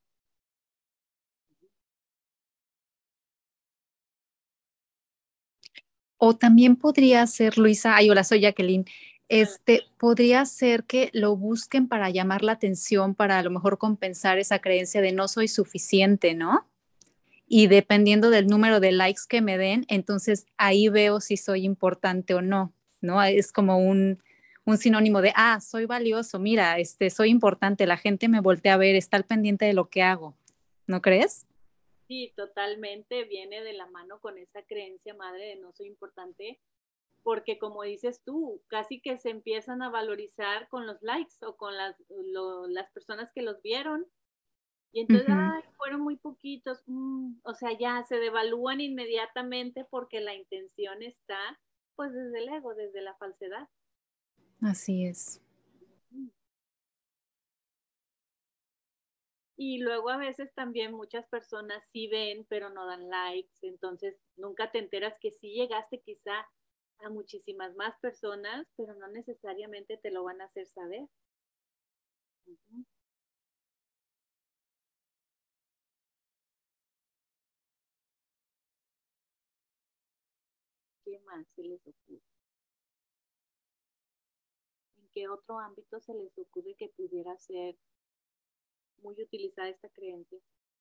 O también podría ser, Luisa, ay, hola, soy Jacqueline, este, podría ser que lo busquen para llamar la atención, para a lo mejor compensar esa creencia de no soy suficiente, ¿no? Y dependiendo del número de likes que me den, entonces ahí veo si soy importante o no, ¿no? Es como un, un sinónimo de, ah, soy valioso, mira, este, soy importante, la gente me voltea a ver, está al pendiente de lo que hago, ¿no crees? Sí, totalmente viene de la mano con esa creencia madre de no soy importante, porque como dices tú, casi que se empiezan a valorizar con los likes o con las, lo, las personas que los vieron. Y entonces, uh-huh. ay, fueron muy poquitos, mm, o sea, ya se devalúan inmediatamente porque la intención está, pues, desde el ego, desde la falsedad. Así es. Y luego a veces también muchas personas sí ven, pero no dan likes, entonces nunca te enteras que sí llegaste quizá a muchísimas más personas, pero no necesariamente te lo van a hacer saber. Uh-huh. ¿Qué más se les ocurre? ¿En qué otro ámbito se les ocurre que pudiera ser muy utilizada esta creencia?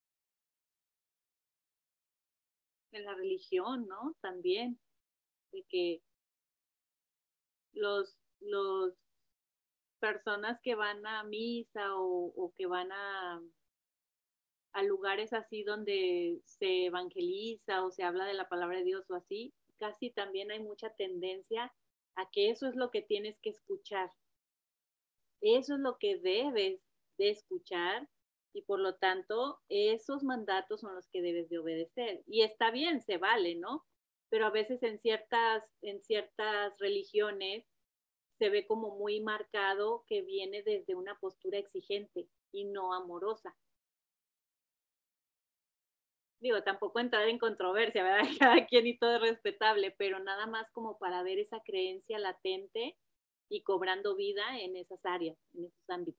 En la religión, ¿no? También, de que los, los personas que van a misa o, o que van a, a lugares así donde se evangeliza o se habla de la palabra de Dios o así, casi también hay mucha tendencia a que eso es lo que tienes que escuchar. Eso es lo que debes de escuchar y por lo tanto esos mandatos son los que debes de obedecer. Y está bien, se vale, ¿no? Pero a veces en ciertas, en ciertas religiones se ve como muy marcado que viene desde una postura exigente y no amorosa. Digo, tampoco entrar en controversia, ¿verdad? Cada quien y todo es respetable, pero nada más como para ver esa creencia latente y cobrando vida en esas áreas, en esos ámbitos.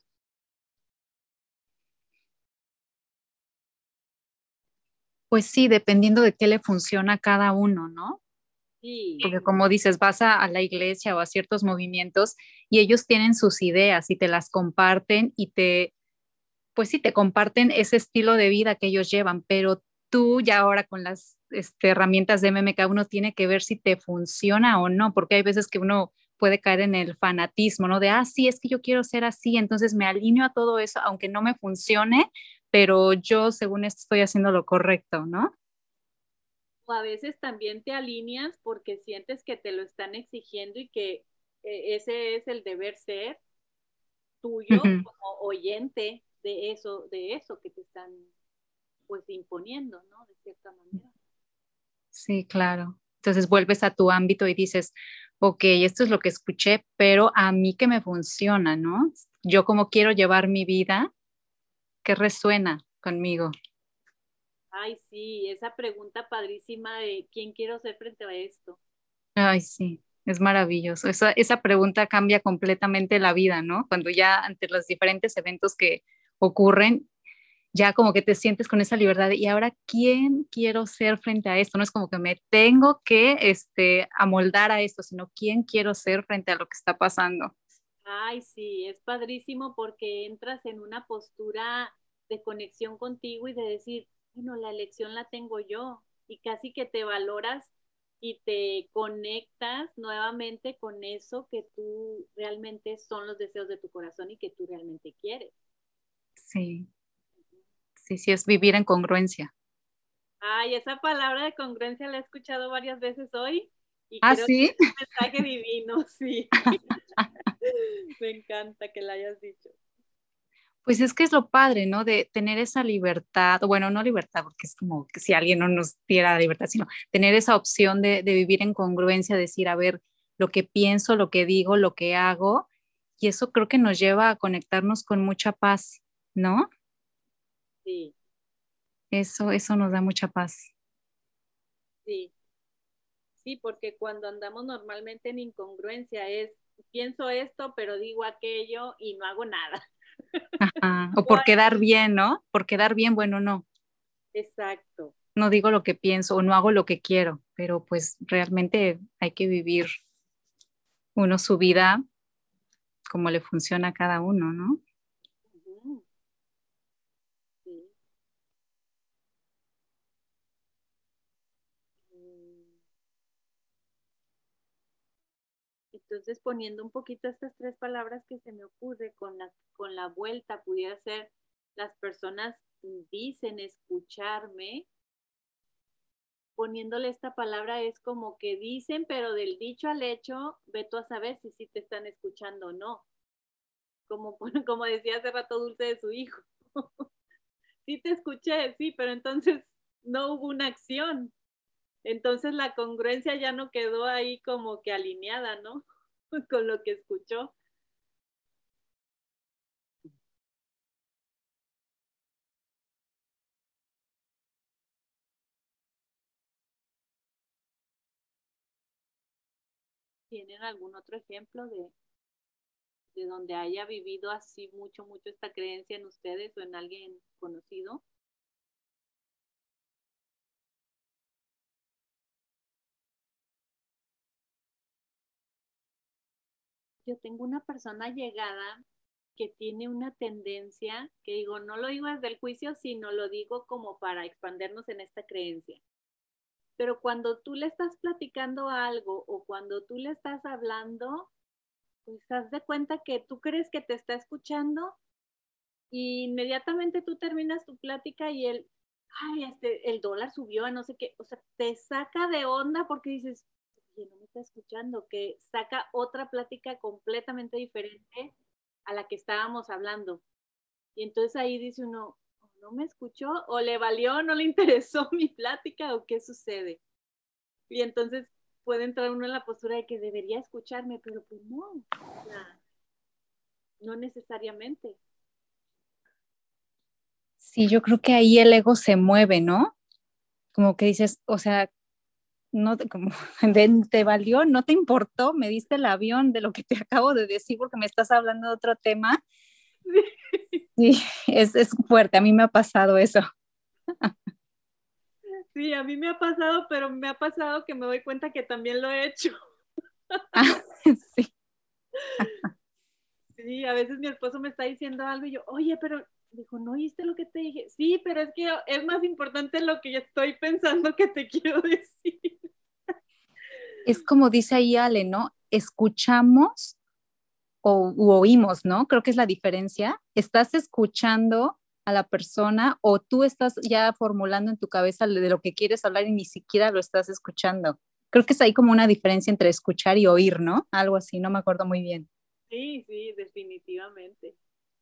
Pues sí, dependiendo de qué le funciona a cada uno, ¿no? Sí. Porque como dices, vas a, a la iglesia o a ciertos movimientos y ellos tienen sus ideas y te las comparten y te, pues sí, te comparten ese estilo de vida que ellos llevan, pero tú ya ahora con las este, herramientas de M M K uno tiene que ver si te funciona o no, porque hay veces que uno puede caer en el fanatismo, ¿no? De, ah, sí, es que yo quiero ser así, entonces me alineo a todo eso, aunque no me funcione, pero yo según esto estoy haciendo lo correcto, ¿no? O a veces también te alineas porque sientes que te lo están exigiendo y que eh, ese es el deber ser tuyo uh-huh. como oyente de eso, de eso que te están pues imponiendo, ¿no? De cierta manera. Sí, claro. Entonces vuelves a tu ámbito y dices, ok, esto es lo que escuché, pero a mí que me funciona, ¿no? Yo como quiero llevar mi vida, ¿qué resuena conmigo? Ay, sí, esa pregunta padrísima de quién quiero ser frente a esto. Ay, sí, es maravilloso. Esa, esa pregunta cambia completamente la vida, ¿no? Cuando ya ante los diferentes eventos que ocurren, ya como que te sientes con esa libertad de, y ahora, ¿quién quiero ser frente a esto? No es como que me tengo que este, amoldar a esto, sino quién quiero ser frente a lo que está pasando. Ay, sí, es padrísimo porque entras en una postura de conexión contigo y de decir, bueno, la elección la tengo yo y casi que te valoras y te conectas nuevamente con eso que tú realmente son los deseos de tu corazón y que tú realmente quieres. Sí, sí, sí, es vivir en congruencia. Ay, esa palabra de congruencia la he escuchado varias veces hoy y Ah, creo que sí. es un mensaje divino, sí. Me encanta que la hayas dicho. Pues es que es lo padre, ¿no? De tener esa libertad, o bueno, no libertad, porque es como que si alguien no nos diera la libertad, sino tener esa opción de, de vivir en congruencia, decir, a ver, lo que pienso, lo que digo, lo que hago, y eso creo que nos lleva a conectarnos con mucha paz, ¿no? Sí, Eso, eso nos da mucha paz. sí, sí, porque cuando andamos normalmente en incongruencia es, pienso esto, pero digo aquello y no hago nada. Ajá. O por quedar bien, ¿no? Por quedar bien, bueno, no, Exacto. no digo lo que pienso o no hago lo que quiero, pero pues realmente hay que vivir uno su vida como le funciona a cada uno, ¿no? Ujú, sí. Mm, Entonces, poniendo un poquito estas tres palabras que se me ocurre con la, con la vuelta, pudiera ser, las personas dicen escucharme, poniéndole esta palabra es como que dicen, pero del dicho al hecho, ve tú a saber si sí te están escuchando o no. Como, como decía hace rato Dulce de su hijo. Sí te escuché, sí, pero entonces no hubo una acción. Entonces la congruencia ya no quedó ahí como que alineada, ¿no? Con lo que escuchó. ¿Tienen algún otro ejemplo de, de donde haya vivido así mucho, mucho esta creencia en ustedes o en alguien conocido? Yo tengo una persona llegada que tiene una tendencia, que digo, no lo digo desde el juicio, sino lo digo como para expandernos en esta creencia. Pero cuando tú le estás platicando algo o cuando tú le estás hablando, pues haz de cuenta que tú crees que te está escuchando y inmediatamente tú terminas tu plática y él, ay, este, el dólar subió a no sé qué, o sea, te saca de onda porque dices, oye, no me está escuchando, que saca otra plática completamente diferente a la que estábamos hablando. Y entonces ahí dice uno, no me escuchó, o le valió, no le interesó mi plática, o qué sucede. Y entonces puede entrar uno en la postura de que debería escucharme, pero pues no, o sea, no necesariamente. Sí, yo creo que ahí el ego se mueve, ¿no? Como que dices, o sea, no te, como, de- te valió, no te importó, me diste el avión de lo que te acabo de decir porque me estás hablando de otro tema. Sí, es, es fuerte, a mí me ha pasado eso. Sí, a mí me ha pasado, pero me ha pasado que me doy cuenta que también lo he hecho. Ah, sí, Sí, a veces mi esposo me está diciendo algo y yo, oye, pero dijo, ¿no oíste lo que te dije? Sí, pero es que es más importante lo que yo estoy pensando que te quiero decir. es como dice ahí Ale, ¿no? Escuchamos o u oímos, ¿no? Creo que es la diferencia. Estás escuchando a la persona o tú estás ya formulando en tu cabeza de lo que quieres hablar y ni siquiera lo estás escuchando. Creo que es ahí como una diferencia entre escuchar y oír, ¿no? Algo así, no me acuerdo muy bien. Sí, sí, definitivamente.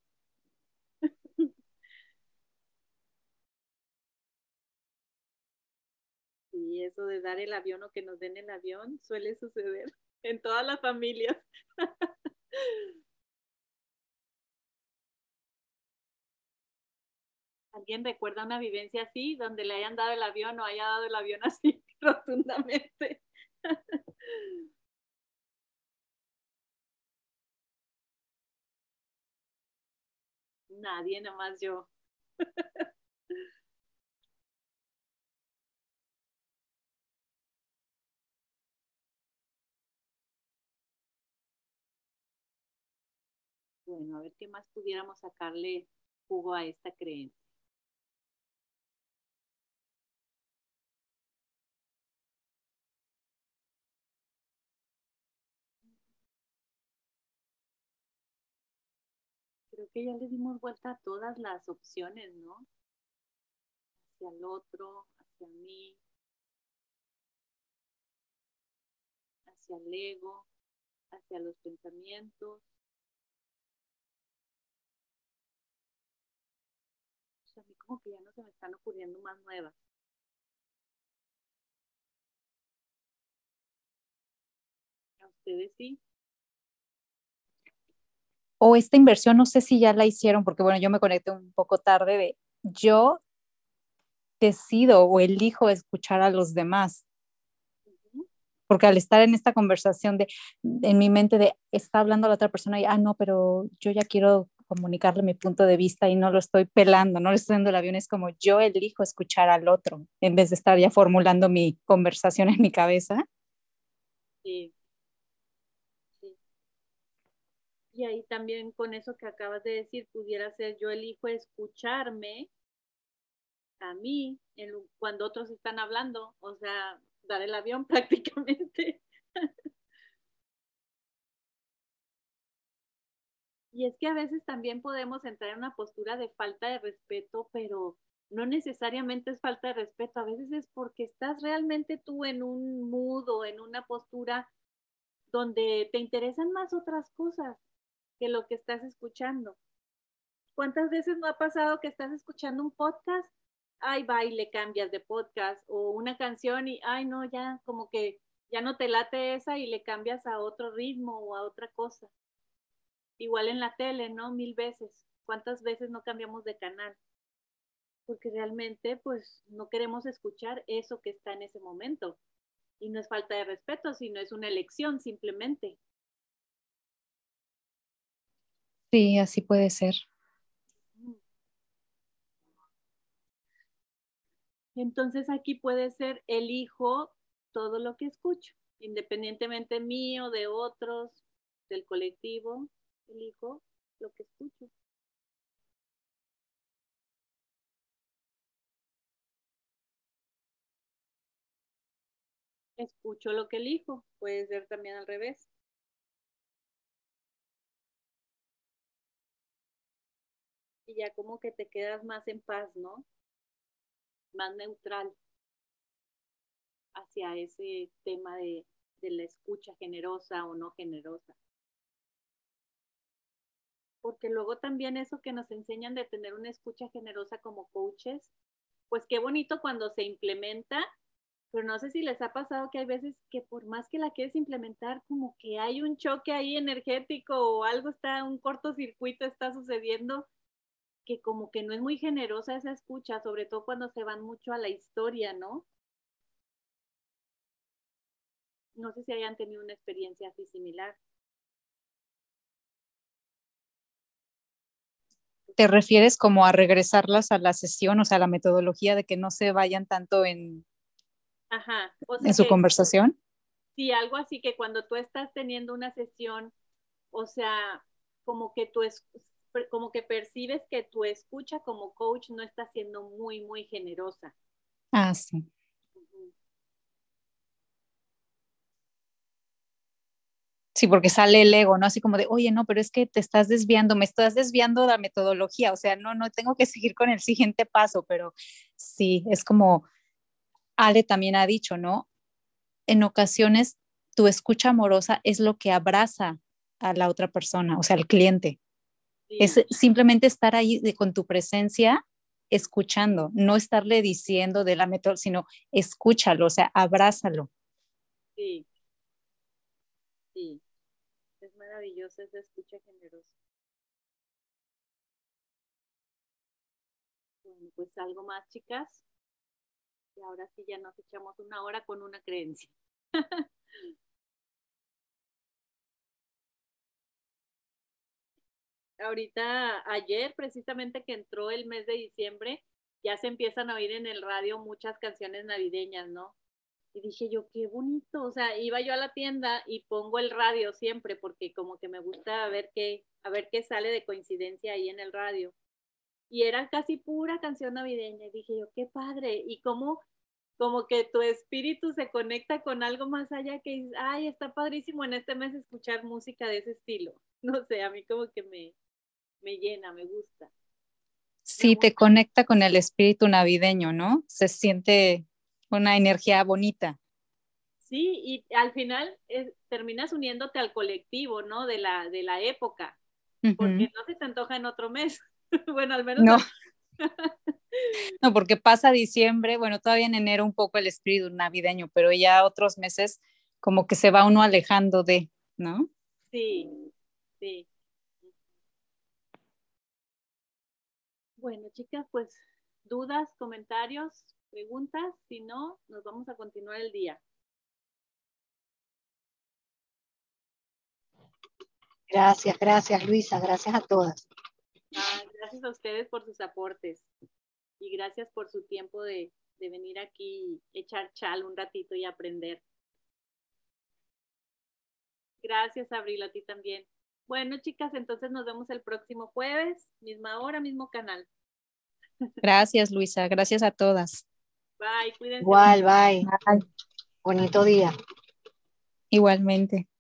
Sí, eso de dar el avión o que nos den el avión suele suceder en todas las familias. ¿Alguien recuerda una vivencia así, donde le hayan dado el avión o haya dado el avión así rotundamente? Nadie, nomás yo. Bueno, a ver qué más pudiéramos sacarle jugo a esta creencia. creo que ya le dimos vuelta a todas las opciones, ¿no? Hacia el otro, hacia mí, hacia el ego, hacia los pensamientos. O sea, a mí como que ya no se me están ocurriendo más nuevas. ¿A ustedes sí? O esta inversión, no sé si ya la hicieron, porque bueno, yo me conecté un poco tarde de yo decido o elijo escuchar a los demás. Uh-huh. Porque al estar en esta conversación de, en mi mente de, está hablando la otra persona y, ah, no, pero yo ya quiero comunicarle mi punto de vista y no lo estoy pelando, no le estoy dando el avión, es como yo elijo escuchar al otro en vez de estar ya formulando mi conversación en mi cabeza. Sí. Sí. Y ahí también con eso que acabas de decir, pudiera ser yo elijo escucharme a mí en, cuando otros están hablando, o sea, dar el avión prácticamente. Y es que a veces también podemos entrar en una postura de falta de respeto, pero no necesariamente es falta de respeto, a veces es porque estás realmente tú en un mood o en una postura donde te interesan más otras cosas que lo que estás escuchando. ¿Cuántas veces no ha pasado que estás escuchando un podcast? Ay, va y le cambias de podcast o una canción y, ay, no, ya como que ya no te late esa y le cambias a otro ritmo o a otra cosa. Igual en la tele, ¿no? Mil veces. ¿Cuántas veces no cambiamos de canal? Porque realmente, pues, no queremos escuchar eso que está en ese momento. Y no es falta de respeto, sino es una elección simplemente. Sí, así puede ser. Entonces aquí puede ser elijo todo lo que escucho, independientemente mío, de otros, del colectivo, elijo lo que escucho. Escucho lo que elijo, puede ser también al revés. Y ya como que te quedas más en paz, ¿no? Más neutral hacia ese tema de, de la escucha generosa o no generosa. Porque luego también eso que nos enseñan de tener una escucha generosa como coaches, pues qué bonito cuando se implementa, pero no sé si les ha pasado que hay veces que por más que la quieres implementar, como que hay un choque ahí energético o algo está, un cortocircuito está sucediendo, que como que no es muy generosa esa escucha, sobre todo cuando se van mucho a la historia, ¿no? No sé si hayan tenido una experiencia así similar. ¿Te refieres como a regresarlas a la sesión, o sea, a la metodología de que no se vayan tanto en, Ajá, o sea en su que conversación? sí, algo así que cuando tú estás teniendo una sesión, o sea, como que tú es, como que percibes que tu escucha como coach no está siendo muy, muy generosa. Ah, sí. Uh-huh. Sí, porque sale el ego, ¿no? Así como de, oye, no, pero es que te estás desviando, me estás desviando de la metodología, o sea, no, no tengo que seguir con el siguiente paso, pero sí, es como Ale también ha dicho, ¿no? En ocasiones tu escucha amorosa es lo que abraza a la otra persona, o sea, al cliente. Sí. Es simplemente estar ahí de, con tu presencia, escuchando, no estarle diciendo de la metodología, sino escúchalo, o sea, abrázalo. Sí, sí, es maravillosa esa escucha generosa. Bueno, pues algo más, chicas. Y ahora sí ya nos echamos una hora con una creencia. Ahorita, ayer, precisamente que entró el mes de diciembre, ya se empiezan a oír en el radio muchas canciones navideñas, ¿no? Y dije yo, qué bonito, o sea, iba yo a la tienda y pongo el radio siempre porque como que me gusta ver qué, a ver qué sale de coincidencia ahí en el radio. Y era casi pura canción navideña. Y dije yo, qué padre. Y cómo, como que tu espíritu se conecta con algo más allá que dices, ay, está padrísimo en este mes escuchar música de ese estilo. No sé, a mí como que me, me llena, me gusta. Sí, te conecta con el espíritu navideño, ¿no? Se siente una energía bonita. Sí, y al final es, terminas uniéndote al colectivo, ¿no? De la, de la época, porque Uh-huh. no se te antoja en otro mes. Bueno, al menos... No. Al... No, porque pasa diciembre, bueno, todavía en enero un poco el espíritu navideño, pero ya otros meses como que se va uno alejando de, ¿no? Sí, sí. Bueno, chicas, pues dudas, comentarios, preguntas, si no, nos vamos a continuar el día. Gracias, gracias Luisa, gracias a todas. Ah, gracias a ustedes por sus aportes y gracias por su tiempo de, de venir aquí, echar chal un ratito y aprender. Gracias, Abril, a ti también. Bueno, chicas, entonces nos vemos el próximo jueves, misma hora, mismo canal. Gracias, Luisa. Gracias a todas. Bye, cuídense. Igual, bye. Bye. Bonito día. Igualmente.